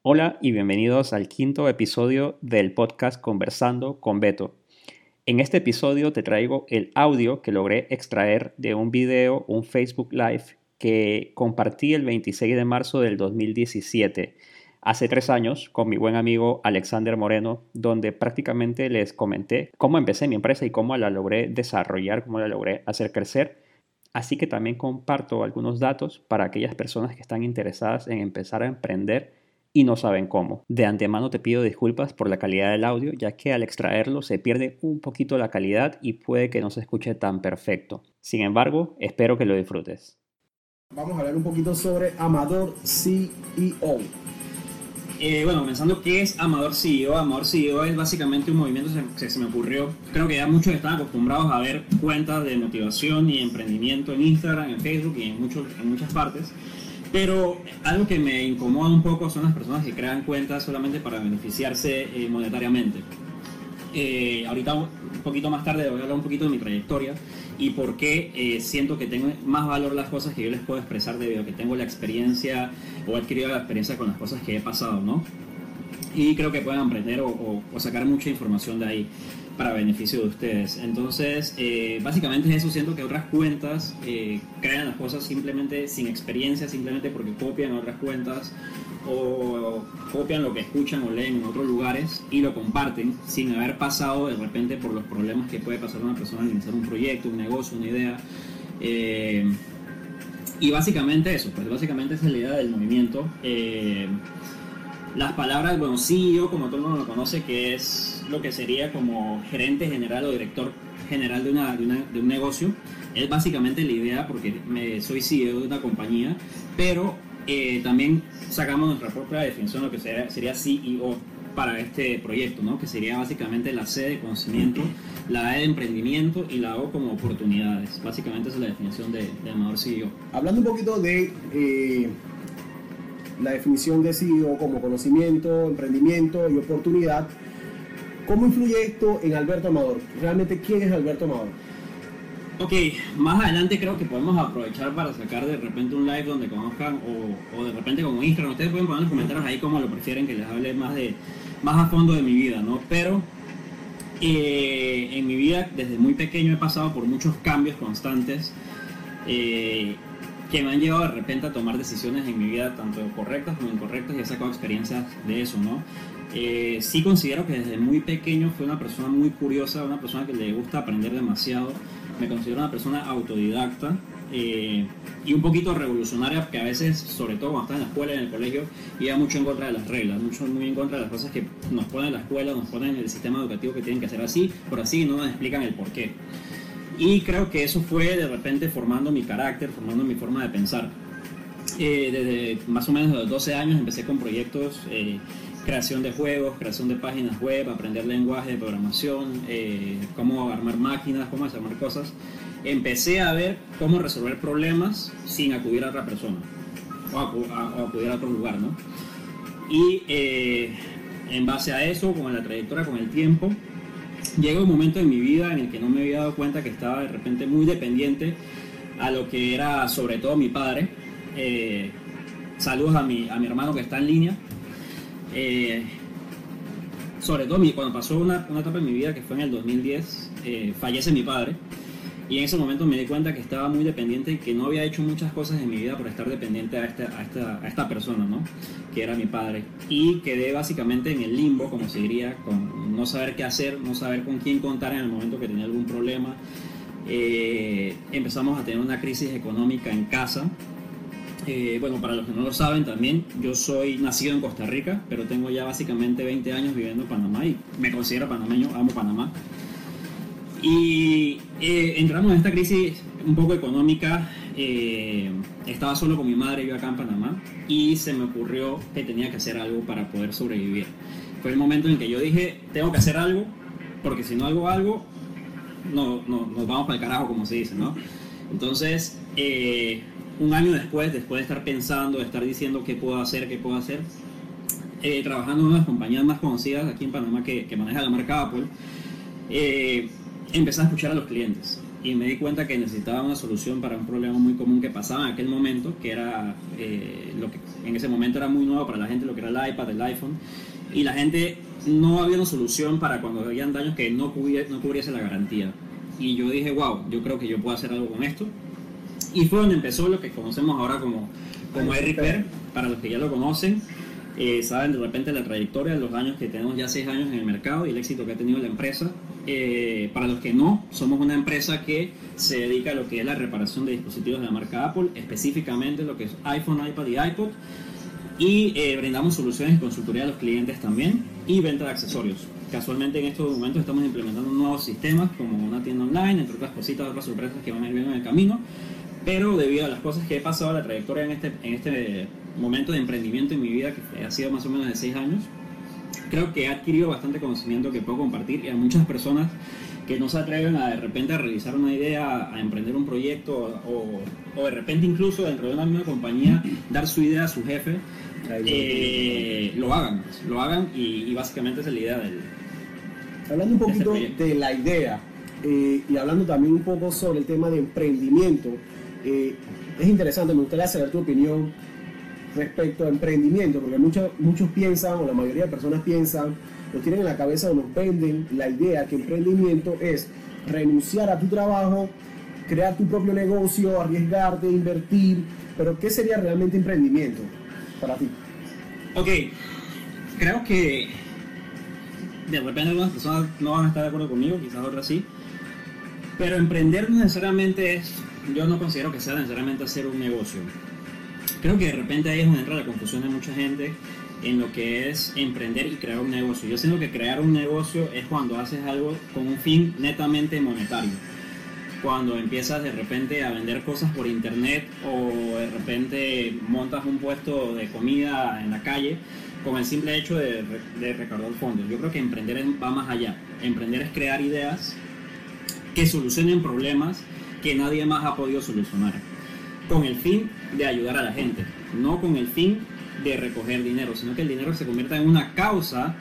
Hola y bienvenidos al quinto episodio del podcast Conversando con Beto. En este episodio te traigo el audio que logré extraer de un video, un Facebook Live que compartí el 26 de marzo del 2017, hace 3 años, con mi buen amigo Alexander Moreno, donde prácticamente les comenté cómo empecé mi empresa y cómo la logré desarrollar, cómo la logré hacer crecer. Así que también comparto algunos datos para aquellas personas que están interesadas en empezar a emprender y no saben cómo. De antemano te pido disculpas por la calidad del audio, ya que al extraerlo se pierde un poquito la calidad y puede que no se escuche tan perfecto. Sin embargo, espero que lo disfrutes. Vamos a hablar un poquito sobre Amador CEO. Pensando qué es Amador CEO. Amador CEO es básicamente un movimiento que se me ocurrió. Creo que ya muchos están acostumbrados a ver cuentas de motivación y emprendimiento en Instagram, en Facebook y en muchas partes. Pero algo que me incomoda un poco son las personas que crean cuentas solamente para beneficiarse monetariamente. Ahorita, un poquito más tarde, voy a hablar un poquito de mi trayectoria y por qué siento que tengo más valor las cosas que yo les puedo expresar debido a que tengo la experiencia o he adquirido la experiencia con las cosas que he pasado, ¿no? Y creo que pueden aprender o sacar mucha información de ahí para beneficio de ustedes. Entonces, básicamente es eso. Siento que otras cuentas crean las cosas simplemente sin experiencia, simplemente porque copian otras cuentas o copian lo que escuchan o leen en otros lugares y lo comparten sin haber pasado de repente por los problemas que puede pasar una persona al iniciar un proyecto, un negocio, una idea. Y básicamente eso, pues básicamente esa es la idea del movimiento. Las palabras, bueno, CEO, como todo el mundo lo conoce, que es lo que sería como gerente general o director general de un negocio, es básicamente la idea, porque soy CEO de una compañía, pero también sacamos nuestra propia definición, lo que sería CEO para este proyecto, ¿no? Que sería básicamente la C de conocimiento, la E de emprendimiento y la O como oportunidades. Básicamente esa es la definición de Amador CEO. Hablando un poquito de la definición de CEO como conocimiento, emprendimiento y oportunidad, ¿cómo influye esto en Alberto Amador? ¿Realmente quién es Alberto Amador? Ok, más adelante creo que podemos aprovechar para sacar de repente un live donde conozcan o de repente como Instagram. Ustedes pueden poner en los comentarios ahí como lo prefieren, que les hable más a fondo de mi vida, ¿no? Pero en mi vida desde muy pequeño he pasado por muchos cambios constantes que me han llevado de repente a tomar decisiones en mi vida tanto correctas como incorrectas y he sacado experiencias de eso, ¿no? Sí considero que desde muy pequeño fui una persona muy curiosa, una persona que le gusta aprender demasiado. Me considero una persona autodidacta y un poquito revolucionaria, que a veces, sobre todo cuando estaba en la escuela y en el colegio, iba mucho en contra de las reglas, muy en contra de las cosas que nos ponen en la escuela, nos ponen en el sistema educativo, que tienen que hacer así, por así, y no nos explican el por qué. Y creo que eso fue de repente formando mi carácter, formando mi forma de pensar. Desde más o menos de los 12 años empecé con proyectos, creación de juegos, creación de páginas web, aprender lenguaje de programación, cómo armar máquinas, cómo desarmar cosas. Empecé a ver cómo resolver problemas sin acudir a otra persona o acudir a otro lugar, ¿no? Y en base a eso, con la trayectoria, con el tiempo, llegó un momento en mi vida en el que no me había dado cuenta que estaba de repente muy dependiente a lo que era sobre todo mi padre. Saludos a mi hermano que está en línea. Sobre todo cuando pasó una etapa en mi vida que fue en el 2010, fallece mi padre y en ese momento me di cuenta que estaba muy dependiente y que no había hecho muchas cosas en mi vida por estar dependiente a esta persona, ¿no? Que era mi padre, y quedé básicamente en el limbo, como se diría, con no saber qué hacer, no saber con quién contar en el momento que tenía algún problema. Empezamos a tener una crisis económica en casa. Para los que no lo saben también, yo soy nacido en Costa Rica, pero tengo ya básicamente 20 años viviendo en Panamá y me considero panameño, amo Panamá. Y entramos en esta crisis un poco económica. Estaba solo con mi madre, yo acá en Panamá, y se me ocurrió que tenía que hacer algo para poder sobrevivir. Fue el momento en que yo dije, tengo que hacer algo, porque si no hago algo, nos vamos para el carajo, como se dice, ¿no? Entonces, un año después de estar pensando, de estar diciendo qué puedo hacer, trabajando en una de las compañías más conocidas aquí en Panamá que maneja la marca Apple, empecé a escuchar a los clientes. y me di cuenta que necesitaba una solución para un problema muy común que pasaba en aquel momento, que era lo que en ese momento era muy nuevo para la gente, lo que era el iPad, el iPhone, y la gente no había una solución para cuando habían daños que no cubriese la garantía. Y yo dije, wow, yo creo que yo puedo hacer algo con esto. Y fue donde empezó lo que conocemos ahora como iRepair, para los que ya lo conocen. Saben de repente la trayectoria de los años que tenemos, ya 6 años en el mercado y el éxito que ha tenido la empresa. Para los que no, somos una empresa que se dedica a lo que es la reparación de dispositivos de la marca Apple, específicamente lo que es iPhone, iPad y iPod, y brindamos soluciones y consultoría a los clientes también, y venta de accesorios. Casualmente en estos momentos estamos implementando nuevos sistemas como una tienda online, entre otras cositas, otras sorpresas que van a ir viendo en el camino, pero debido a las cosas que he pasado, la trayectoria en este momento de emprendimiento en mi vida, que ha sido más o menos de 6 años, creo que he adquirido bastante conocimiento que puedo compartir, y a muchas personas que no se atreven a de repente a realizar una idea, a emprender un proyecto, o de repente incluso dentro de una misma compañía dar su idea a su jefe, lo hagan y básicamente esa es la idea del... Hablando un poquito de la idea y hablando también un poco sobre el tema de emprendimiento, es interesante, me gustaría saber tu opinión respecto a emprendimiento, porque muchos piensan, o la mayoría de personas piensan, lo tienen en la cabeza o nos venden la idea que emprendimiento es renunciar a tu trabajo, crear tu propio negocio, arriesgarte, invertir, pero ¿qué sería realmente emprendimiento para ti? Ok, creo que de repente algunas personas no van a estar de acuerdo conmigo, quizás otras sí, pero emprender no necesariamente yo no considero que sea necesariamente hacer un negocio. Creo que de repente ahí es donde entra la confusión de mucha gente en lo que es emprender y crear un negocio. Yo siento que crear un negocio es cuando haces algo con un fin netamente monetario. Cuando empiezas de repente a vender cosas por internet, o de repente montas un puesto de comida en la calle con el simple hecho de recaudar fondos. Yo creo que emprender va más allá. Emprender es crear ideas que solucionen problemas que nadie más ha podido solucionar, con el fin de ayudar a la gente, no con el fin de recoger dinero, sino que el dinero se convierta en una causa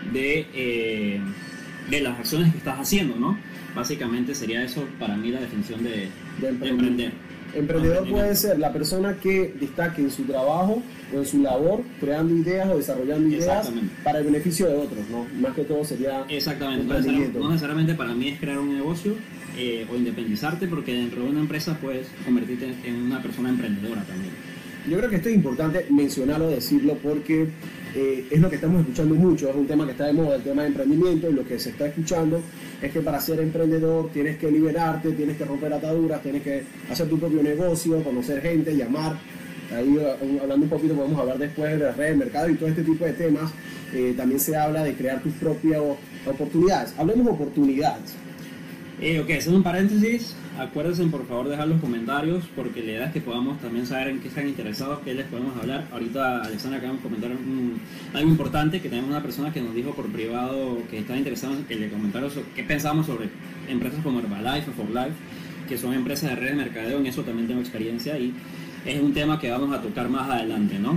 de las acciones que estás haciendo, ¿no? Básicamente sería eso para mí la definición de emprender. Emprendedor puede ser la persona que destaque en su trabajo o en su labor, creando ideas o desarrollando ideas para el beneficio de otros, ¿no? Más que todo sería emprendimiento. No necesariamente para mí es crear un negocio o independizarte, porque dentro de una empresa puedes convertirte en una persona emprendedora también. Yo creo que esto es importante mencionarlo, decirlo, porque es lo que estamos escuchando mucho, es un tema que está de moda, el tema de emprendimiento, y lo que se está escuchando es que para ser emprendedor tienes que liberarte, tienes que romper ataduras, tienes que hacer tu propio negocio, conocer gente, llamar. Ahí hablando un poquito, podemos hablar después de las redes de mercado y todo este tipo de temas. También se habla de crear tus propias oportunidades. Hablemos de oportunidades. Ok, haciendo un paréntesis, acuérdense por favor dejar los comentarios, porque la idea es que podamos también saber en qué están interesados, qué les podemos hablar. Ahorita Alexandra acaba de comentar algo importante, que tenemos una persona que nos dijo por privado que estaba interesada en que le comentara qué pensamos sobre empresas como Herbalife o For Life, que son empresas de redes de mercadeo. En eso también tengo experiencia y es un tema que vamos a tocar más adelante, ¿no?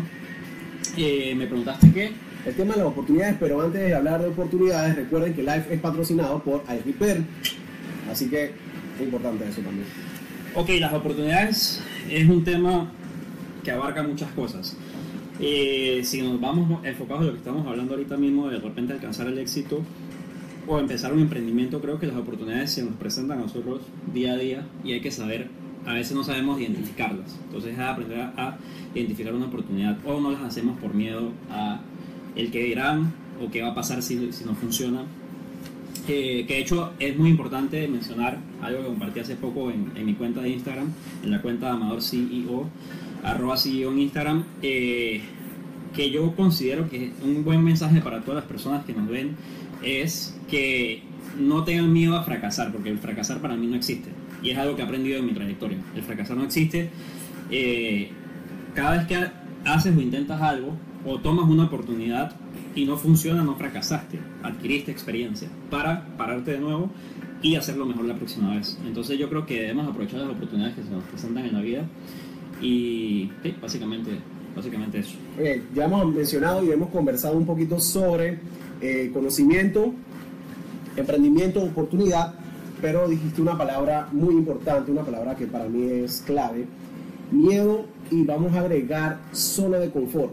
Me preguntaste qué. El tema de las oportunidades, pero antes de hablar de oportunidades, recuerden que Life es patrocinado por iRepair. Así que es importante eso también. Ok, las oportunidades es un tema que abarca muchas cosas. Si nos vamos enfocados en lo que estamos hablando ahorita mismo, de repente alcanzar el éxito o empezar un emprendimiento, creo que las oportunidades se nos presentan a nosotros día a día y hay que saber, a veces no sabemos identificarlas. Entonces es aprender a identificar una oportunidad, o no las hacemos por miedo a el que dirán o qué va a pasar si no funciona. Que de hecho es muy importante mencionar algo que compartí hace poco en mi cuenta de Instagram, en la cuenta de Amador CEO, @CEO en Instagram, que yo considero que un buen mensaje para todas las personas que nos ven es que no tengan miedo a fracasar, porque el fracasar para mí no existe, y es algo que he aprendido en mi trayectoria. El fracasar no existe. Cada vez que haces o intentas algo o tomas una oportunidad y no funciona, no fracasaste, adquiriste experiencia para pararte de nuevo y hacerlo mejor la próxima vez. Entonces yo creo que debemos aprovechar las oportunidades que se nos presentan en la vida y sí, básicamente eso. Ya hemos mencionado y hemos conversado un poquito sobre conocimiento, emprendimiento, oportunidad, pero dijiste una palabra muy importante, una palabra que para mí es clave: miedo, y vamos a agregar zona de confort.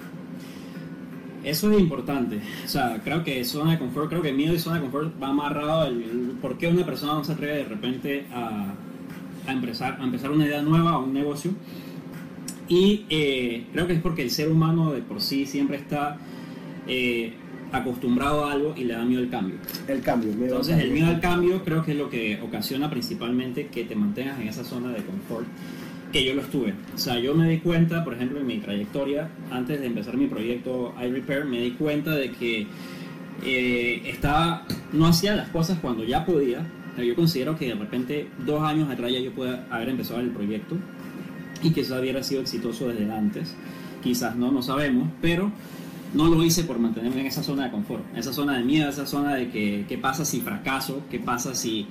Eso es importante. O sea, creo que zona de confort, creo que miedo y zona de confort va amarrado al por qué una persona no se atreve de repente a empezar una idea nueva o un negocio. Y creo que es porque el ser humano de por sí siempre está acostumbrado a algo y le da miedo el cambio. Entonces el miedo al cambio creo que es lo que ocasiona principalmente que te mantengas en esa zona de confort, que yo lo estuve. O sea, yo me di cuenta, por ejemplo, en mi trayectoria, antes de empezar mi proyecto iRepair, me di cuenta de que no hacía las cosas cuando ya podía. Yo considero que de repente 2 años atrás ya yo pude haber empezado el proyecto y quizás hubiera sido exitoso desde antes. Quizás no sabemos, pero no lo hice por mantenerme en esa zona de confort, esa zona de miedo, esa zona de que qué pasa si fracaso, qué pasa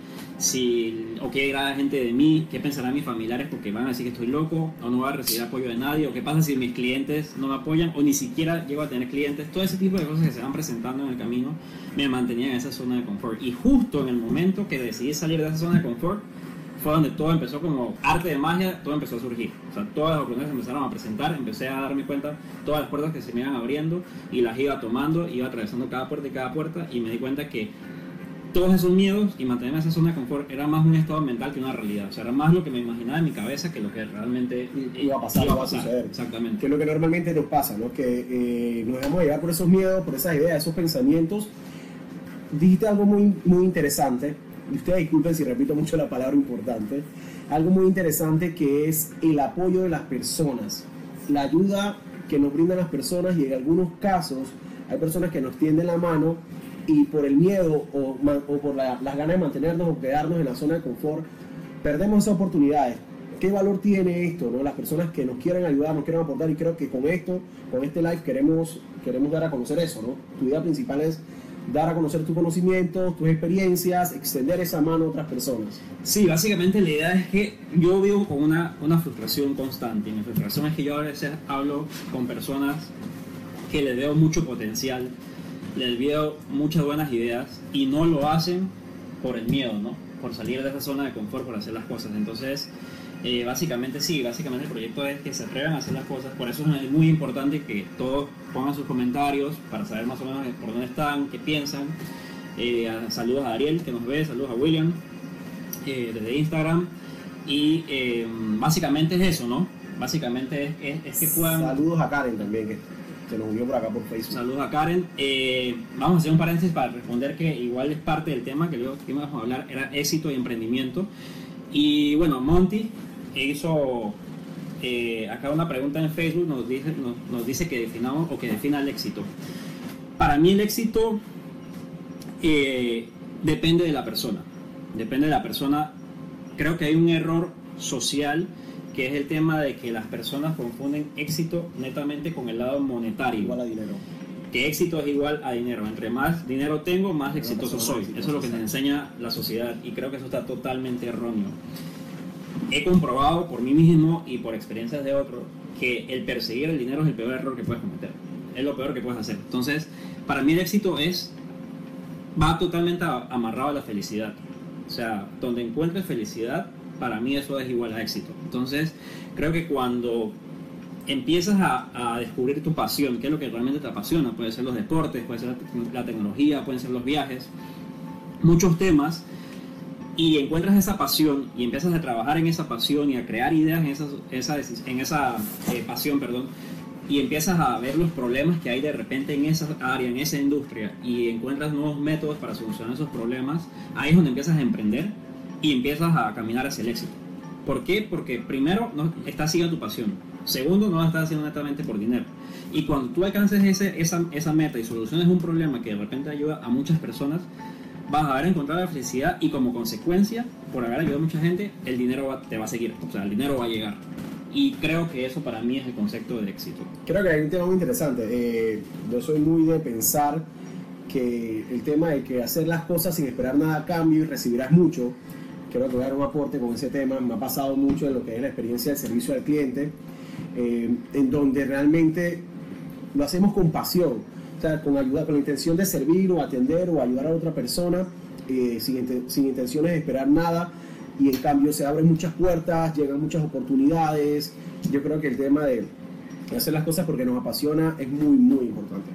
o qué dirá la gente de mí, qué pensarán mis familiares porque van a decir que estoy loco o no voy a recibir apoyo de nadie, o qué pasa si mis clientes no me apoyan o ni siquiera llego a tener clientes. Todo ese tipo de cosas que se van presentando en el camino me mantenían en esa zona de confort, y justo en el momento que decidí salir de esa zona de confort fue donde todo empezó, como arte de magia, todo empezó a surgir. O sea, todas las oportunidades se empezaron a presentar, empecé a darme cuenta todas las puertas que se me iban abriendo y las iba tomando, iba atravesando cada puerta y me di cuenta que todos esos miedos y mantenerme en esa zona de confort era más un estado mental que una realidad. O sea, era más lo que me imaginaba en mi cabeza que lo que realmente iba a pasar, iba a suceder. Exactamente. Que es lo que normalmente nos pasa, ¿no? Que nos dejamos llevar por esos miedos, por esas ideas, esos pensamientos. Dijiste algo muy, muy interesante. Y ustedes disculpen si repito mucho la palabra importante, algo muy interesante, que es el apoyo de las personas, la ayuda que nos brindan las personas, y en algunos casos hay personas que nos tienden la mano y por el miedo o por las ganas de mantenernos o quedarnos en la zona de confort, perdemos esas oportunidades. ¿Qué valor tiene esto, no? Las personas que nos quieren ayudar, nos quieren aportar, y creo que con este live queremos dar a conocer eso, ¿no? Tu idea principal es dar a conocer tus conocimientos, tus experiencias, extender esa mano a otras personas. Sí, básicamente la idea es que yo vivo con una frustración constante. Y mi frustración es que yo a veces hablo con personas que les veo mucho potencial, les veo muchas buenas ideas y no lo hacen por el miedo, ¿no? Por salir de esa zona de confort, por hacer las cosas. Entonces, básicamente el proyecto es que se atrevan a hacer las cosas. Por eso es muy importante que todos pongan sus comentarios para saber más o menos por dónde están, qué piensan. Saludos a Ariel que nos ve, saludos a William desde Instagram, y básicamente es eso, ¿no? Básicamente es que puedan... Saludos a Karen también, que se nos unió por acá por Facebook. Saludos a Karen. Vamos a hacer un paréntesis para responder, que igual es parte del tema que luego íbamos a hablar, era éxito y emprendimiento. Y bueno, Monty hizo acá una pregunta en Facebook, nos dice que definamos o que defina el éxito. Para mí el éxito depende de la persona. Creo que hay un error social, que es el tema de que las personas confunden éxito netamente con el lado monetario. Igual a dinero. Que éxito es igual a dinero. Entre más dinero tengo, más exitoso soy. Eso es lo que nos enseña la sociedad, y creo que eso está totalmente erróneo. He comprobado por mí mismo y por experiencias de otros que el perseguir el dinero es el peor error que puedes cometer. Es lo peor que puedes hacer. Entonces, para mí el éxito va totalmente amarrado a la felicidad. O sea, donde encuentres felicidad, para mí eso es igual a éxito. Entonces, creo que cuando empiezas a descubrir tu pasión, qué es lo que realmente te apasiona, puede ser los deportes, puede ser la tecnología, pueden ser los viajes, muchos temas, y encuentras esa pasión y empiezas a trabajar en esa pasión y a crear ideas en esa pasión, y empiezas a ver los problemas que hay de repente en esa área, en esa industria, y encuentras nuevos métodos para solucionar esos problemas, ahí es donde empiezas a emprender y empiezas a caminar hacia el éxito. ¿Por qué? Porque primero no estás siguiendo tu pasión, segundo no lo estás haciendo netamente por dinero, y cuando tú alcances esa meta y soluciones un problema que de repente ayuda a muchas personas, vas a haber encontrado la felicidad, y como consecuencia, por haber ayudado a mucha gente, el dinero te va a seguir, o sea, el dinero va a llegar. Y creo que eso para mí es el concepto de éxito. Creo que hay un tema muy interesante. Yo soy muy de pensar que el tema de que hacer las cosas sin esperar nada a cambio y recibirás mucho, creo que voy a dar un aporte con ese tema. Me ha pasado mucho en lo que es la experiencia del servicio al cliente, en donde realmente lo hacemos con pasión, o sea, con la intención de servir o atender o ayudar a otra persona, sin intenciones de esperar nada, y en cambio se abren muchas puertas, llegan muchas oportunidades. Yo creo que el tema de hacer las cosas porque nos apasiona es muy, muy importante.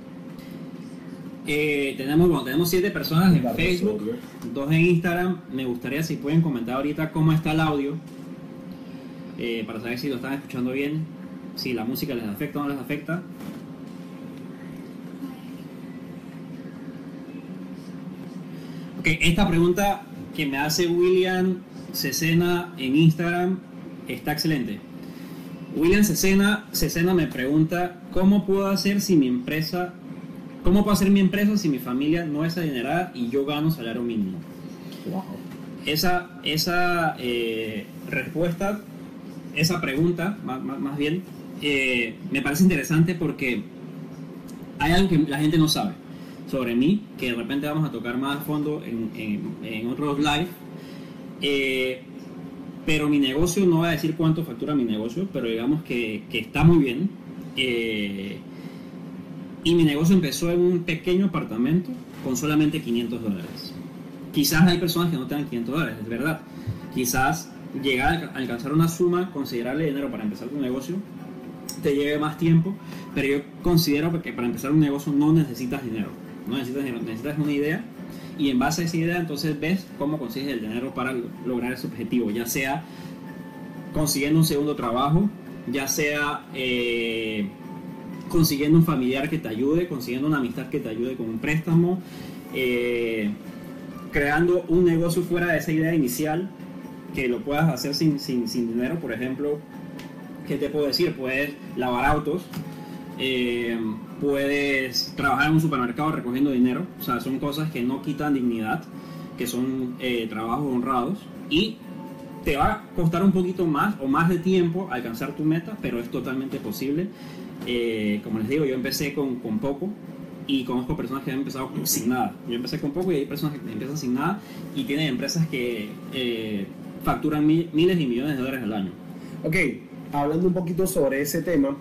Tenemos 7 personas en Facebook, 2 en Instagram. Me gustaría si pueden comentar ahorita cómo está el audio, para saber si lo están escuchando bien, si la música les afecta o no les afecta. Ok, esta pregunta que me hace William Cecena en Instagram está excelente. William Cecena me pregunta: ¿cómo puedo hacer mi empresa si mi familia no es adinerada y yo gano salario mínimo? Wow. Esa respuesta, esa pregunta, más bien, me parece interesante porque hay algo que la gente no sabe sobre mí, que de repente vamos a tocar más a fondo en otros live. Pero mi negocio, no voy a decir cuánto factura mi negocio, pero digamos que está muy bien. Y mi negocio empezó en un pequeño apartamento con solamente $500. Quizás hay personas que no tengan $500, es verdad. Quizás llegar a alcanzar una suma considerable de dinero para empezar tu negocio te lleve más tiempo, pero yo considero que para empezar un negocio no necesitas dinero. No necesitas dinero, necesitas una idea, y en base a esa idea entonces ves cómo consigues el dinero para lograr ese objetivo, ya sea consiguiendo un segundo trabajo, ya sea consiguiendo un familiar que te ayude, consiguiendo una amistad que te ayude con un préstamo, creando un negocio fuera de esa idea inicial que lo puedas hacer sin dinero. Por ejemplo, ¿qué te puedo decir? Puedes lavar autos, puedes trabajar en un supermercado recogiendo dinero. O sea, son cosas que no quitan dignidad, que son trabajos honrados, y te va a costar un poquito más o más de tiempo alcanzar tu meta, pero es totalmente posible. Como les digo, yo empecé con poco, y conozco personas que han empezado sin nada. Yo empecé con poco y hay personas que empiezan sin nada y tienen empresas que facturan miles y millones de dólares al año. Ok, hablando un poquito sobre ese tema,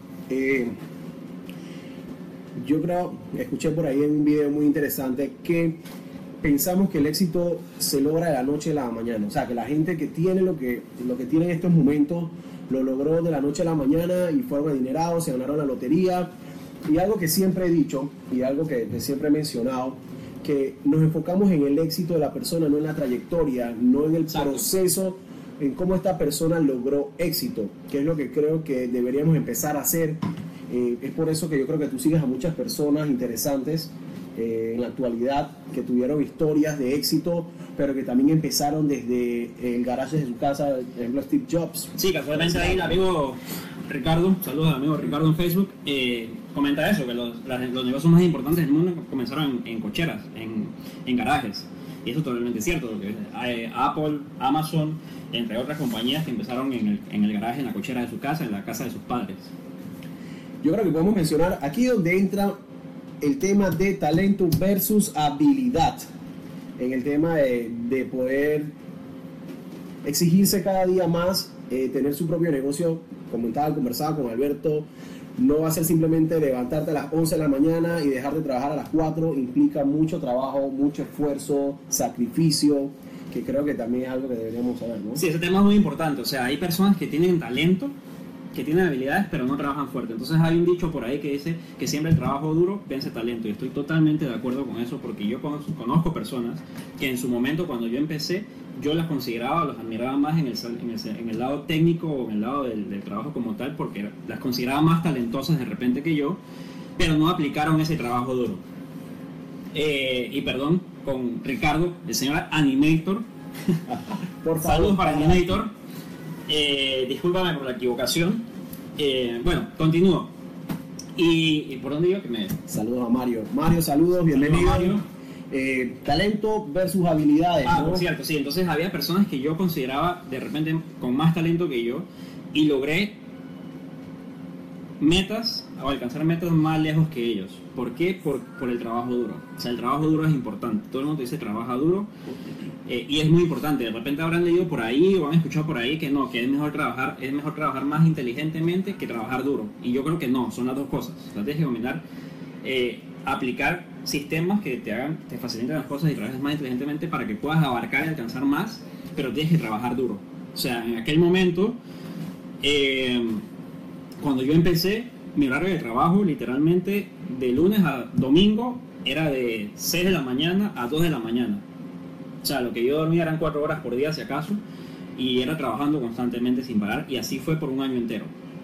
yo creo, escuché por ahí en un video muy interesante que pensamos que el éxito se logra de la noche a la mañana. O sea, que la gente que tiene lo que tiene en estos momentos lo logró de la noche a la mañana y fueron adinerados, se ganaron la lotería. Y algo que siempre he dicho y algo que siempre he mencionado, que nos enfocamos en el éxito de la persona, no en la trayectoria, no en el proceso, en cómo esta persona logró éxito, que es lo que creo que deberíamos empezar a hacer. Es por eso que yo creo que tú sigues a muchas personas interesantes en la actualidad que tuvieron historias de éxito, pero que también empezaron desde el garaje de su casa, por ejemplo Steve Jobs. Sí, casualmente ahí el amigo Ricardo, saludos al amigo Ricardo en Facebook, comenta eso, que los negocios más importantes del mundo comenzaron en cocheras, en garajes. Y eso es totalmente cierto, porque Apple, Amazon, entre otras compañías que empezaron en el garaje, en la cochera de su casa, en la casa de sus padres. Yo creo que podemos mencionar aquí donde entra el tema de talento versus habilidad, en el tema de poder exigirse cada día más, tener su propio negocio. Conversaba con Alberto, no va a ser simplemente levantarte a las 11 de la mañana y dejar de trabajar a las 4, implica mucho trabajo, mucho esfuerzo, sacrificio, que creo que también es algo que deberíamos saber, ¿no? Sí, ese tema es muy importante. O sea, hay personas que tienen talento, que tienen habilidades, pero no trabajan fuerte. Entonces hay un dicho por ahí que dice que siempre el trabajo duro vence talento, y estoy totalmente de acuerdo con eso, porque yo conozco personas que en su momento, cuando yo empecé, yo las consideraba, los admiraba más en el lado técnico o en el lado del trabajo como tal, porque las consideraba más talentosas de repente que yo, pero no aplicaron ese trabajo duro. Y perdón, con Ricardo, el señor Animator, por favor, saludos para Animator. Discúlpame por la equivocación. Bueno, continúo. ¿Y por dónde iba? Saludos a Mario. Mario, saludos, bienvenido. Mario. Talento versus habilidades, ¿no? Cierto, sí. Entonces había personas que yo consideraba de repente con más talento que yo, y logré metas o alcanzar metas más lejos que ellos. ¿Por qué? Por el trabajo duro. O sea, el trabajo duro es importante. Todo el mundo dice trabaja duro, y es muy importante. De repente habrán leído por ahí o han escuchado por ahí que no, que es mejor trabajar más inteligentemente que trabajar duro. Y yo creo que no, son las dos cosas. O sea, tienes que combinar, aplicar sistemas que te faciliten las cosas y trabajes más inteligentemente para que puedas abarcar y alcanzar más, pero tienes que trabajar duro. O sea, en aquel momento, cuando yo empecé, mi horario de trabajo literalmente de lunes a domingo era de 6 de la mañana a 2 de la mañana. O sea, lo que yo dormía eran 4 horas por día si acaso, y era trabajando constantemente sin parar, y así fue por un año entero.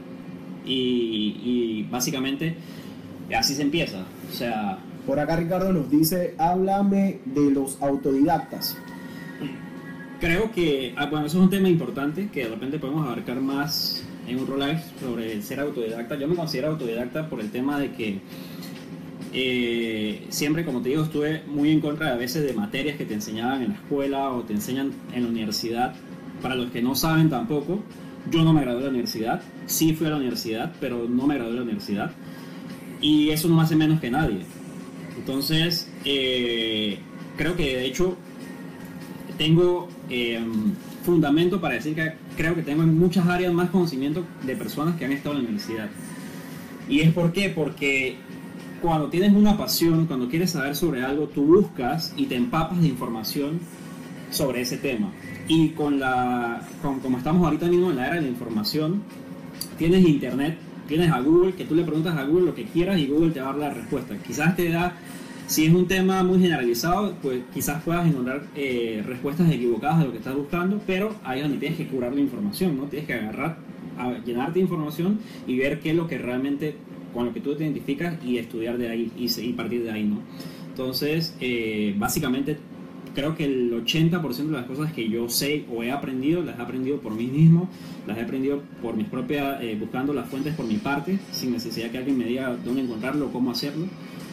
Y básicamente así se empieza. O sea, por acá Ricardo nos dice, háblame de los autodidactas. Creo que, bueno, eso es un tema importante que de repente podemos abarcar más en otro live sobre el ser autodidacta. Yo me considero autodidacta por el tema de que siempre, como te digo, estuve muy en contra de a veces de materias que te enseñaban en la escuela o te enseñan en la universidad. Para los que no saben tampoco, yo no me gradué de la universidad, sí fui a la universidad, pero no me gradué de la universidad, y eso no me hace menos que nadie. Entonces, creo que de hecho tengo fundamento para decir que creo que tengo en muchas áreas más conocimiento de personas que han estado en la universidad. ¿Y es por qué? Porque cuando tienes una pasión, cuando quieres saber sobre algo, tú buscas y te empapas de información sobre ese tema. Y como estamos ahorita mismo en la era de la información, tienes internet, tienes a Google, que tú le preguntas a Google lo que quieras y Google te va a dar la respuesta. Quizás te da, si es un tema muy generalizado, pues quizás puedas encontrar respuestas equivocadas de lo que estás buscando, pero ahí es donde tienes que curar la información, ¿no? Tienes que agarrar, llenarte de información y ver qué es lo que realmente, con lo que tú te identificas, y estudiar de ahí y partir de ahí, ¿no? Entonces, básicamente, creo que el 80% de las cosas que yo sé o he aprendido, las he aprendido por mí mismo, las he aprendido por mis propias, buscando las fuentes por mi parte, sin necesidad que alguien me diga dónde encontrarlo o cómo hacerlo.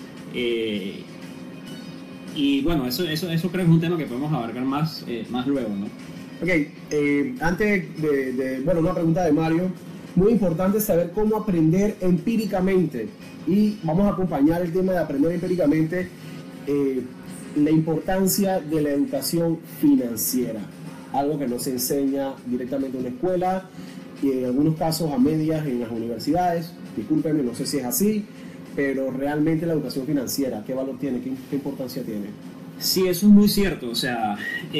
Y bueno, eso creo que es un tema que podemos abarcar más luego, ¿no? Ok, antes bueno, una pregunta de Mario. Muy importante saber cómo aprender empíricamente, y vamos a acompañar el tema de aprender empíricamente, la importancia de la educación financiera, algo que no se enseña directamente en la escuela y en algunos casos a medias en las universidades. Discúlpenme, no sé si es así, pero realmente la educación financiera, ¿qué valor tiene? ¿Qué importancia tiene? Sí, eso es muy cierto. O sea,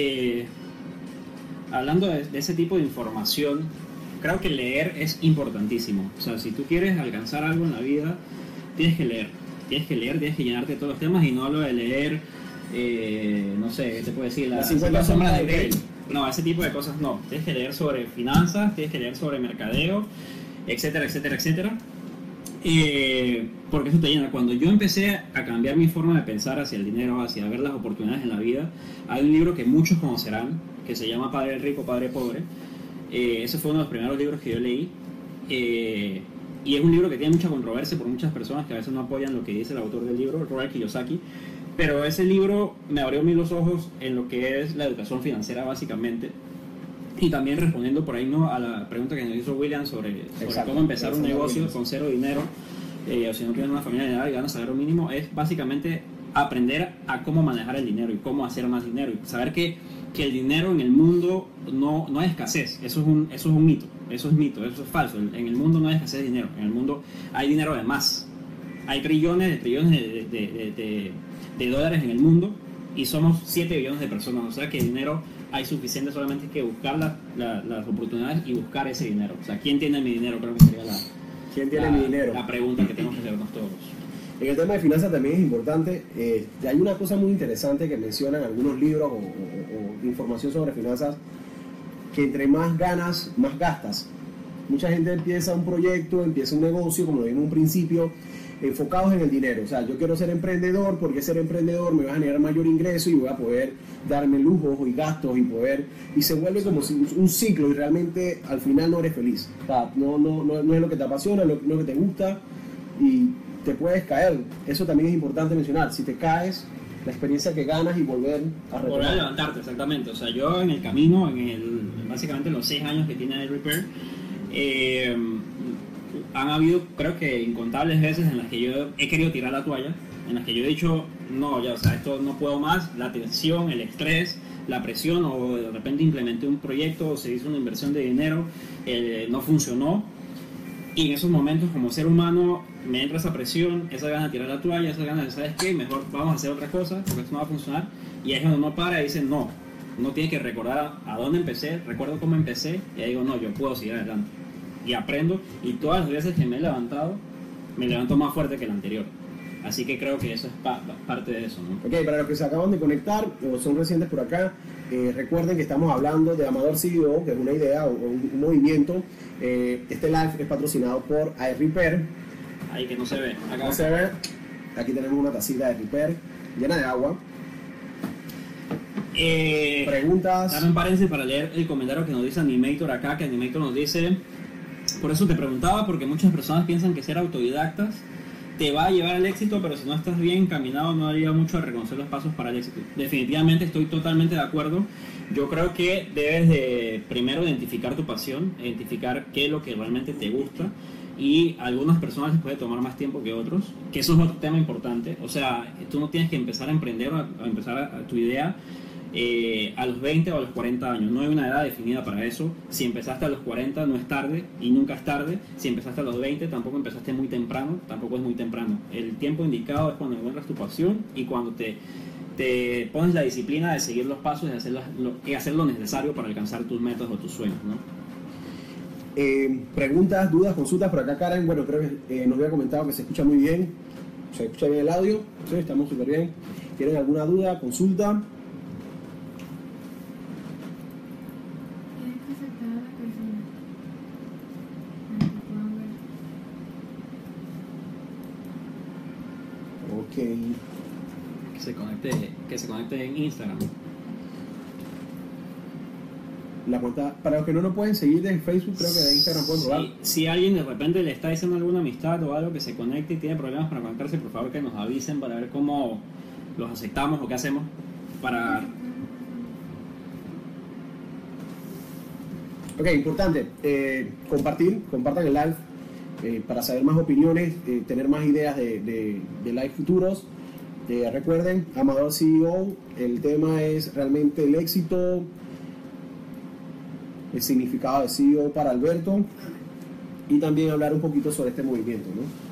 hablando de ese tipo de información, creo que leer es importantísimo. O sea, si tú quieres alcanzar algo en la vida, tienes que leer, tienes que llenarte de todos los temas, y no hablo de leer, no sé, ¿qué te puedo decir? Las 50 sombras de Grey. No, ese tipo de cosas no. Tienes que leer sobre finanzas, tienes que leer sobre mercadeo, etcétera, etcétera, etcétera. Porque eso te llena. Cuando yo empecé a cambiar mi forma de pensar hacia el dinero, hacia ver las oportunidades en la vida, hay un libro que muchos conocerán, que se llama Padre Rico, Padre Pobre. Ese fue uno de los primeros libros que yo leí. Y es un libro que tiene mucha controversia por muchas personas que a veces no apoyan lo que dice el autor del libro, Robert Kiyosaki. Pero ese libro me abrió los ojos en lo que es la educación financiera, básicamente. Y también respondiendo por ahí, ¿no?, a la pregunta que nos hizo William sobre cómo empezar un negocio con cero dinero, o si no tienes una familia de edad y ganas salario mínimo, es básicamente aprender a cómo manejar el dinero y cómo hacer más dinero, y saber que el dinero en el mundo no hay escasez. Eso es un mito, eso es falso. En el mundo no hay escasez de dinero, en el mundo hay dinero de más. Hay trillones de dólares en el mundo, y somos 7 billones de personas. O sea que dinero hay suficiente, solamente que buscar las oportunidades y buscar ese dinero. O sea, ¿quién tiene mi dinero? Creo que sería ¿quién tiene mi dinero? La pregunta que tenemos que hacernos todos. En el tema de finanzas también es importante. Hay una cosa muy interesante que mencionan algunos libros o información sobre finanzas, que entre más ganas, más gastas. Mucha gente empieza un proyecto, empieza un negocio, como lo vimos en un principio, enfocados en el dinero. O sea, yo quiero ser emprendedor porque ser emprendedor me va a generar mayor ingreso y voy a poder darme lujos y gastos y se vuelve como un ciclo, y realmente al final no eres feliz. O sea, no es lo que te apasiona, no es lo que te gusta, y te puedes caer. Eso también es importante mencionar. Si te caes, la experiencia que ganas y volver a retomar. Volver a levantarte, exactamente. O sea, yo en el camino, básicamente en los 6 años que tiene el Repair, han habido, creo que incontables veces en las que yo he querido tirar la toalla, en las que yo he dicho, no, ya, o sea, esto no puedo más, la tensión, el estrés, la presión, o de repente implementé un proyecto o se hizo una inversión de dinero, no funcionó, Y en esos momentos, como ser humano, me entra esa presión, esa gana de tirar la toalla, esa gana de, ¿sabes qué? Mejor vamos a hacer otra cosa, porque esto no va a funcionar. Y ahí es donde uno para y dice, no, uno tiene que recordar a dónde empecé, recuerdo cómo empecé, y ahí digo, no, yo puedo seguir adelante. Y aprendo, y todas las veces que me he levantado, me levanto más fuerte que el anterior. Así que creo que eso es parte de eso, ¿no? Ok, para los que se acaban de conectar o son recientes por acá, recuerden que estamos hablando de Amador CEO, que es una idea o un movimiento. Este live es patrocinado por iRepair. Ahí que no se ve. Acá no se ve. Aquí tenemos una tacita de Repair llena de agua. Preguntas. Dame un paréntesis para leer el comentario que nos dice Animator acá, que Animator nos dice, por eso te preguntaba, porque muchas personas piensan que ser autodidactas te va a llevar al éxito, pero si no estás bien encaminado no haría mucho a reconocer los pasos para el éxito. Definitivamente estoy totalmente de acuerdo. Yo creo que debes de primero identificar tu pasión, identificar qué es lo que realmente te gusta, y a algunas personas les puede tomar más tiempo que otros, que eso es otro tema importante. O sea, tú no tienes que empezar a emprender o a empezar a tu idea a los 20 o a los 40 años. No hay una edad definida para eso. Si empezaste a los 40 no es tarde y nunca es tarde. Si empezaste a los 20 tampoco empezaste muy temprano, tampoco es muy temprano. El tiempo indicado es cuando encuentras tu pasión y cuando te pones la disciplina de seguir los pasos y hacer lo necesario para alcanzar tus metas o tus sueños, ¿no? Preguntas, dudas, consultas por acá, Karen. Bueno, creo que nos había comentado que se escucha muy bien. Se escucha bien el audio. Sí, estamos súper bien. ¿Tienen alguna duda, consulta? Que se conecte en Instagram. La cuenta, para los que no nos pueden seguir de Facebook, creo que de Instagram pueden probar. Si alguien de repente le está diciendo alguna amistad o algo que se conecte y tiene problemas para conectarse, por favor que nos avisen para ver cómo los aceptamos o qué hacemos para... Ok, importante, compartan el live para saber más opiniones, tener más ideas de live futuros. Recuerden, Amador CEO, el tema es realmente el éxito, el significado de CEO para Alberto, y también hablar un poquito sobre este movimiento, ¿no?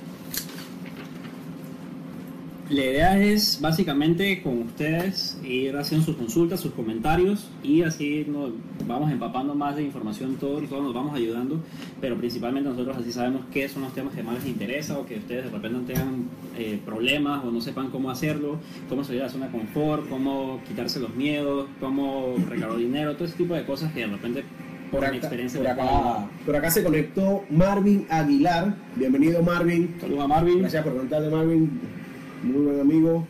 La idea es básicamente con ustedes ir haciendo sus consultas, sus comentarios, y así nos vamos empapando más de información, todos nos vamos ayudando, pero principalmente nosotros así sabemos qué son los temas que más les interesa, o que ustedes de repente tengan problemas o no sepan cómo hacerlo, cómo salir de la zona de confort, cómo quitarse los miedos, cómo recargar dinero, todo ese tipo de cosas que de repente por mi experiencia por acá se conectó Marvin Aguilar. Bienvenido, Marvin. Saludos a Marvin. Gracias por contarle, Marvin. Muy buen amigo.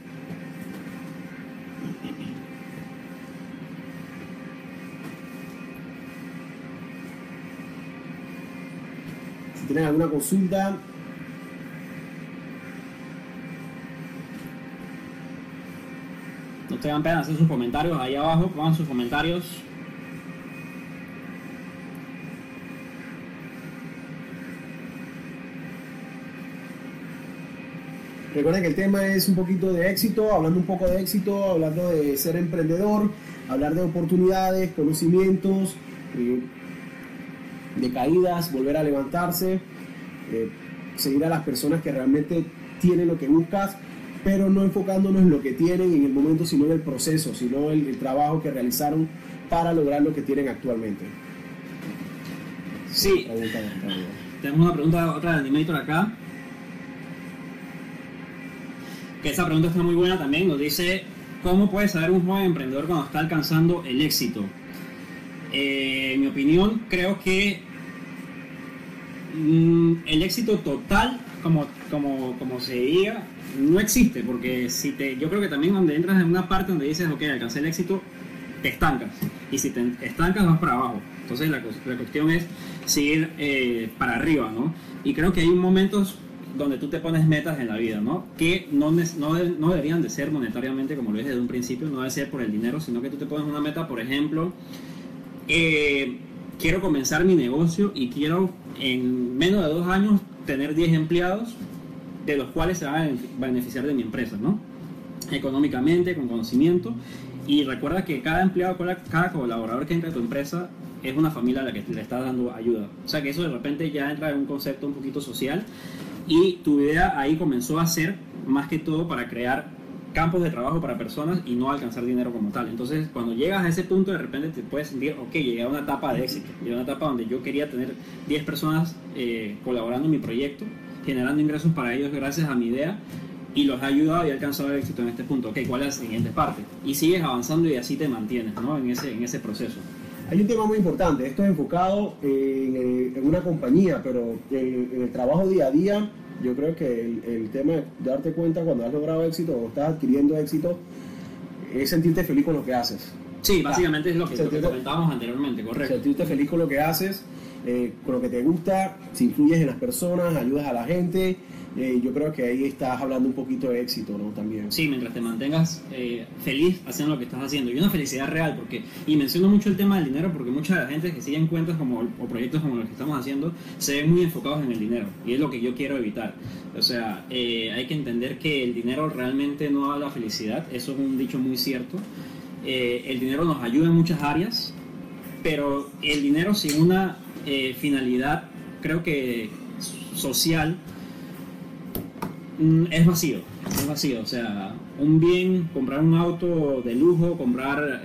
Si tienen alguna consulta, no tengan pena hacer sus comentarios ahí abajo, pongan sus comentarios. recuerden que el tema es un poquito de éxito, hablando un poco de éxito, hablando de ser emprendedor, hablar de oportunidades, conocimientos, de caídas, volver a levantarse, seguir a las personas que realmente tienen lo que buscas, pero no enfocándonos en lo que tienen en el momento, sino en el proceso, sino en el trabajo que realizaron para lograr lo que tienen actualmente. Sí, tenemos una pregunta, otra de Animator acá, que esa pregunta está muy buena también. Nos dice: ¿cómo puede saber un joven emprendedor cuando está alcanzando el éxito? En mi opinión, creo que el éxito total, como se diga, no existe, porque yo creo que también donde entras en una parte donde dices, ok, alcancé el éxito, te estancas, y si te estancas vas para abajo. Entonces la cuestión es seguir para arriba, ¿no? Y creo que hay momentos donde tú te pones metas en la vida, ¿no? Que no deberían de ser monetariamente, como lo dije desde un principio, no debe ser por el dinero, sino que tú te pones una meta, por ejemplo, quiero comenzar mi negocio y quiero en menos de 2 años tener 10 empleados, de los cuales se van a beneficiar de mi empresa, ¿no? Económicamente, con conocimiento. Y recuerda que cada empleado, cada colaborador que entra a tu empresa es una familia a la que le estás dando ayuda. O sea que eso de repente ya entra en un concepto un poquito social, y tu idea ahí comenzó a ser más que todo para crear campos de trabajo para personas y no alcanzar dinero como tal. Entonces, cuando llegas a ese punto, de repente te puedes sentir, ok, llegué a una etapa de éxito, llegué a una etapa donde yo quería tener 10 personas colaborando en mi proyecto, generando ingresos para ellos gracias a mi idea, y los ha ayudado y ha alcanzado el éxito en este punto. Ok, ¿cuál es la siguiente parte? Y sigues avanzando y así te mantienes, ¿no? en ese proceso. Hay un tema muy importante, esto es enfocado en una compañía, pero en el trabajo día a día, yo creo que el tema de darte cuenta cuando has logrado éxito o estás adquiriendo éxito es sentirte feliz con lo que haces. Sí, básicamente es lo que comentábamos anteriormente, correcto. Sentirte feliz con lo que haces, con lo que te gusta, si influyes en las personas, ayudas a la gente. Yo creo que ahí estás hablando un poquito de éxito, ¿no? También. Sí, mientras te mantengas feliz haciendo lo que estás haciendo, y una felicidad real, y menciono mucho el tema del dinero porque mucha de la gente que sigue en cuentas o proyectos como los que estamos haciendo se ven muy enfocados en el dinero, y es lo que yo quiero evitar. O sea, hay que entender que el dinero realmente no da la felicidad, eso es un dicho muy cierto. El dinero nos ayuda en muchas áreas, pero el dinero sin una finalidad, creo que social, es vacío, o sea, un bien, comprar un auto de lujo, comprar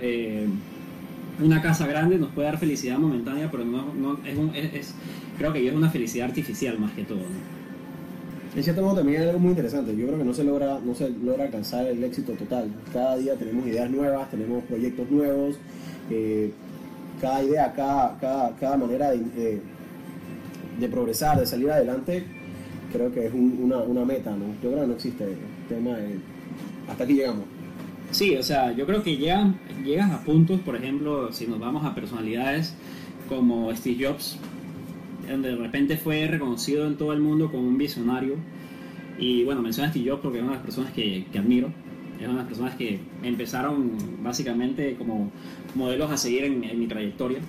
una casa grande nos puede dar felicidad momentánea, pero no creo que es una felicidad artificial más que todo, ¿no? En cierto modo también hay algo muy interesante, yo creo que no se logra alcanzar el éxito total. Cada día tenemos ideas nuevas, tenemos proyectos nuevos, cada idea, cada manera de progresar, de salir adelante, creo que es una meta, ¿no? Yo creo que no existe el tema de hasta aquí llegamos. Sí, o sea, yo creo que llegas a puntos, por ejemplo, si nos vamos a personalidades como Steve Jobs, donde de repente fue reconocido en todo el mundo como un visionario. Y bueno, menciono a Steve Jobs porque es una de las personas que admiro. Es una de las personas que empezaron básicamente como modelos a seguir en mi trayectoria.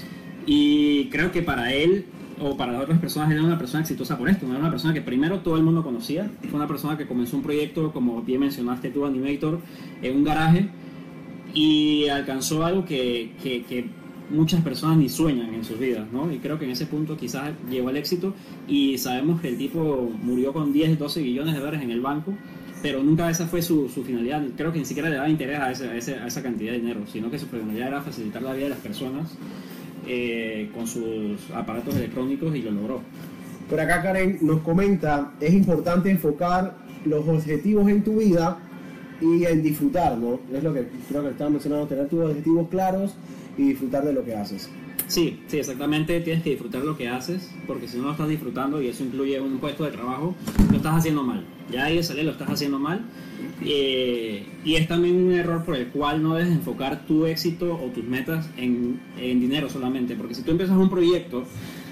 Y creo que para él o para las otras personas, él era una persona exitosa por esto. Era una persona que primero todo el mundo conocía. Fue una persona que comenzó un proyecto, como bien mencionaste tú, Animator, en un garaje, y alcanzó algo que muchas personas ni sueñan en sus vidas, ¿no? Y creo que en ese punto quizás llegó al éxito, y sabemos que el tipo murió con 10, 12 billones de dólares en el banco, pero nunca esa fue su finalidad. Creo que ni siquiera le daba interés a esa cantidad de dinero, sino que su finalidad era facilitar la vida de las personas con sus aparatos electrónicos, y lo logró. Por acá Karen nos comenta, es importante enfocar los objetivos en tu vida y en disfrutar, ¿no? Es lo que creo que estaba mencionando, tener tus objetivos claros y disfrutar de lo que haces. Sí, exactamente, tienes que disfrutar lo que haces, porque si no lo estás disfrutando, y eso incluye un puesto de trabajo, lo estás haciendo mal. Ya ahí de salir lo estás haciendo mal, y es también un error por el cual no debes enfocar tu éxito o tus metas en dinero solamente, porque si tú empiezas un proyecto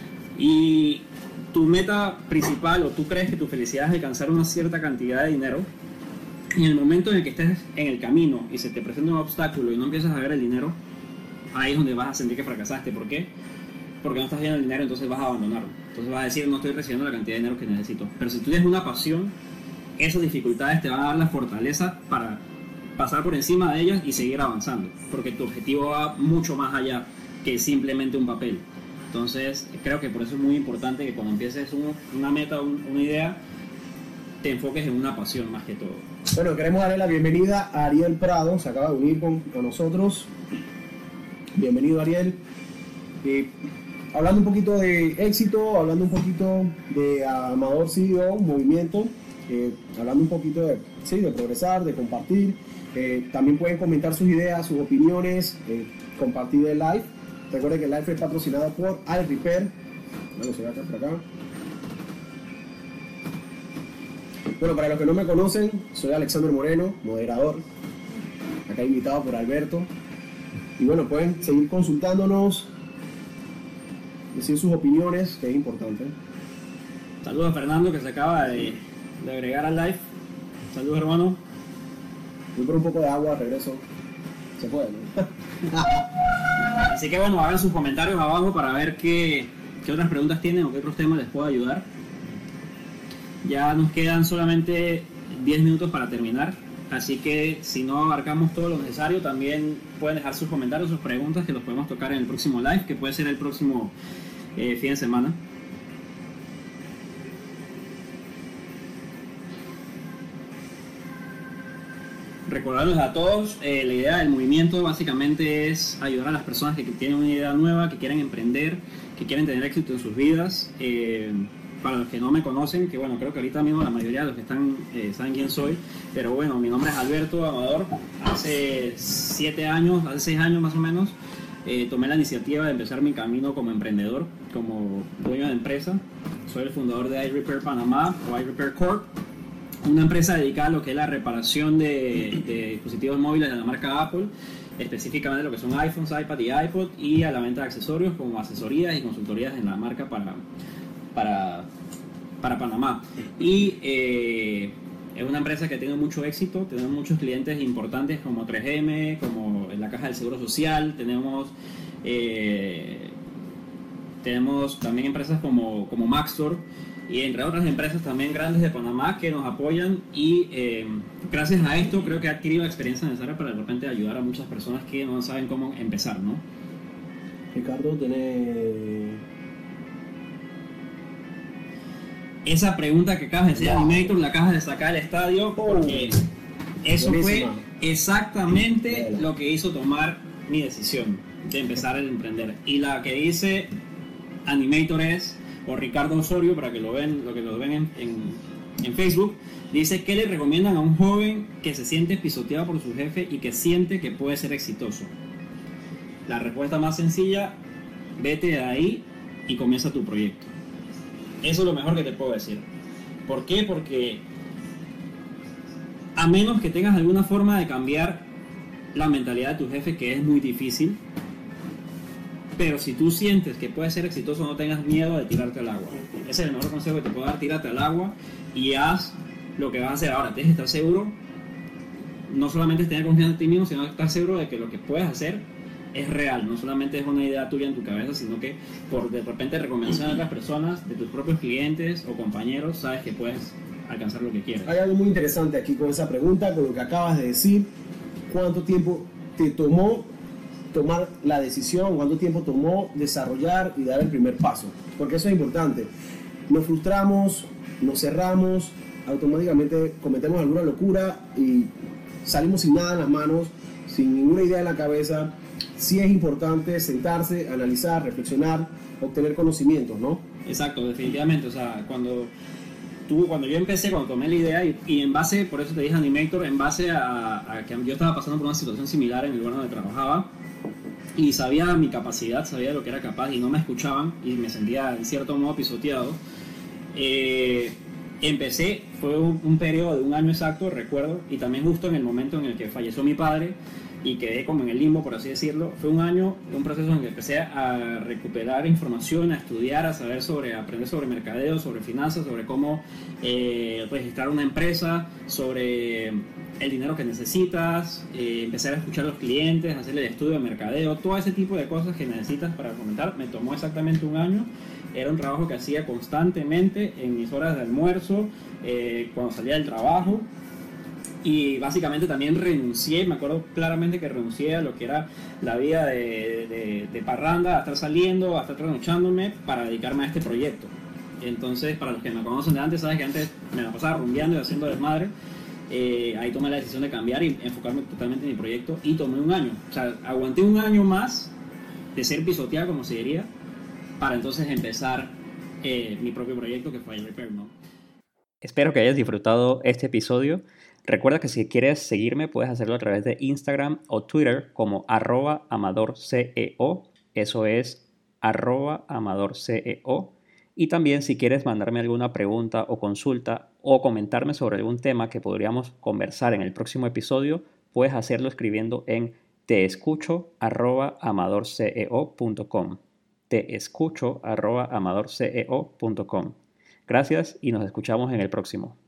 y tu meta principal, o tú crees que tu felicidad es alcanzar una cierta cantidad de dinero, y en el momento en el que estés en el camino y se te presenta un obstáculo y no empiezas a ver el dinero, ahí es donde vas a sentir que fracasaste. ¿Por qué? Porque no estás viendo el dinero, entonces vas a abandonarlo. Entonces vas a decir, no estoy recibiendo la cantidad de dinero que necesito. Pero si tú tienes una pasión, esas dificultades te van a dar la fortaleza para pasar por encima de ellas y seguir avanzando, porque tu objetivo va mucho más allá que simplemente un papel. Entonces creo que por eso es muy importante que cuando empieces una meta, una idea, te enfoques en una pasión más que todo. Bueno, queremos darle la bienvenida a Ariel Prado, se acaba de unir con nosotros. Bienvenido, Ariel. Hablando un poquito de éxito, hablando un poquito de Amador CEO, un movimiento, hablando un poquito de progresar, de compartir. También pueden comentar sus ideas, sus opiniones, compartir el live. Recuerden que el live es patrocinado por iRepair. Bueno, se va acá por acá. Bueno, para los que no me conocen, soy Alexander Moreno, moderador. Acá invitado por Alberto. Y bueno, pueden seguir consultándonos, decir sus opiniones, que es importante. Saludos a Fernando, que se acaba de agregar al live. Saludos, hermano. Voy por un poco de agua, regreso. Se puede, ¿no? Así que bueno, hagan sus comentarios abajo para ver qué otras preguntas tienen o qué otros temas les puedo ayudar. Ya nos quedan solamente 10 minutos para terminar. Así que si no abarcamos todo lo necesario, también pueden dejar sus comentarios, sus preguntas, que los podemos tocar en el próximo live, que puede ser el próximo fin de semana. Recordarles a todos, la idea del movimiento básicamente es ayudar a las personas que tienen una idea nueva, que quieren emprender, que quieren tener éxito en sus vidas. Para los que no me conocen, que bueno, creo que ahorita mismo la mayoría de los que están saben quién soy, pero bueno, mi nombre es Alberto Amador. Hace 6 años más o menos, tomé la iniciativa de empezar mi camino como emprendedor, como dueño de empresa. Soy el fundador de iRepair Panamá o iRepair Corp, una empresa dedicada a lo que es la reparación de dispositivos móviles de la marca Apple, específicamente lo que son iPhones, iPad y iPod, y a la venta de accesorios como asesorías y consultorías en la marca para Panamá. Y es una empresa que tiene mucho éxito, tenemos muchos clientes importantes como 3M, como la Caja del Seguro Social, tenemos también empresas como Maxtor, y entre otras empresas también grandes de Panamá que nos apoyan, y gracias a esto creo que he adquirido la experiencia necesaria para de repente ayudar a muchas personas que no saben cómo empezar, ¿no? Ricardo, tiene... Esa pregunta que acabas de decir, Animator, la acabas de sacar del estadio, porque eso buenísima. fue exactamente lo que hizo tomar mi decisión de empezar a emprender. Y la que dice Animator o Ricardo Osorio, para que lo ven en Facebook, dice: ¿qué le recomiendan a un joven que se siente pisoteado por su jefe y que siente que puede ser exitoso? La respuesta más sencilla: vete de ahí y comienza tu proyecto. Eso es lo mejor que te puedo decir. ¿Por qué? Porque a menos que tengas alguna forma de cambiar la mentalidad de tu jefe, que es muy difícil, pero si tú sientes que puedes ser exitoso, no tengas miedo de tirarte al agua. Ese es el mejor consejo que te puedo dar: tírate al agua y haz lo que vas a hacer. Ahora, tienes que estar seguro, no solamente tener confianza en ti mismo, sino estar seguro de que lo que puedes hacer es real, no solamente es una idea tuya en tu cabeza, sino que por de repente recomendación de otras personas, de tus propios clientes o compañeros, sabes que puedes alcanzar lo que quieres. Hay algo muy interesante aquí con esa pregunta, con lo que acabas de decir. ¿Cuánto tiempo te tomó tomar la decisión? ¿Cuánto tiempo tomó desarrollar y dar el primer paso? Porque eso es importante. Nos frustramos, nos cerramos, automáticamente cometemos alguna locura y salimos sin nada en las manos, sin ninguna idea en la cabeza. Sí es importante sentarse, analizar, reflexionar, obtener conocimientos, ¿no? Exacto, definitivamente. O sea, cuando yo empecé, cuando tomé la idea, y en base, por eso te dije Animator, en base a que yo estaba pasando por una situación similar en el lugar donde trabajaba, y sabía mi capacidad, sabía lo que era capaz, y no me escuchaban, y me sentía en cierto modo pisoteado. Empecé, fue un periodo de 1 año exacto, recuerdo, y también justo en el momento en el que falleció mi padre, y quedé como en el limbo, por así decirlo. Fue 1 año, un proceso en el que empecé a recuperar información, a estudiar, a aprender sobre mercadeo, sobre finanzas, sobre cómo registrar una empresa, sobre el dinero que necesitas, empezar a escuchar a los clientes, hacer el estudio de mercadeo, todo ese tipo de cosas que necesitas para comentar. Me tomó exactamente 1 año. Era un trabajo que hacía constantemente en mis horas de almuerzo, cuando salía del trabajo. Y básicamente también renuncié, me acuerdo claramente que renuncié a lo que era la vida de parranda, a estar saliendo, a estar trasnochándome para dedicarme a este proyecto. Entonces, para los que me conocen de antes, sabes que antes me la pasaba rumbeando y haciendo desmadre. Ahí tomé la decisión de cambiar y enfocarme totalmente en mi proyecto, y tomé 1 año. O sea, aguanté 1 año más de ser pisoteado, como se diría, para entonces empezar mi propio proyecto, que fue iRepair, ¿no? Espero que hayas disfrutado este episodio. Recuerda que si quieres seguirme puedes hacerlo a través de Instagram o Twitter como @amadorceo. Eso es @amadorceo. Y también si quieres mandarme alguna pregunta o consulta o comentarme sobre algún tema que podríamos conversar en el próximo episodio, puedes hacerlo escribiendo en teescucho@amadorceo.com. teescucho@amadorceo.com. Gracias y nos escuchamos en el próximo.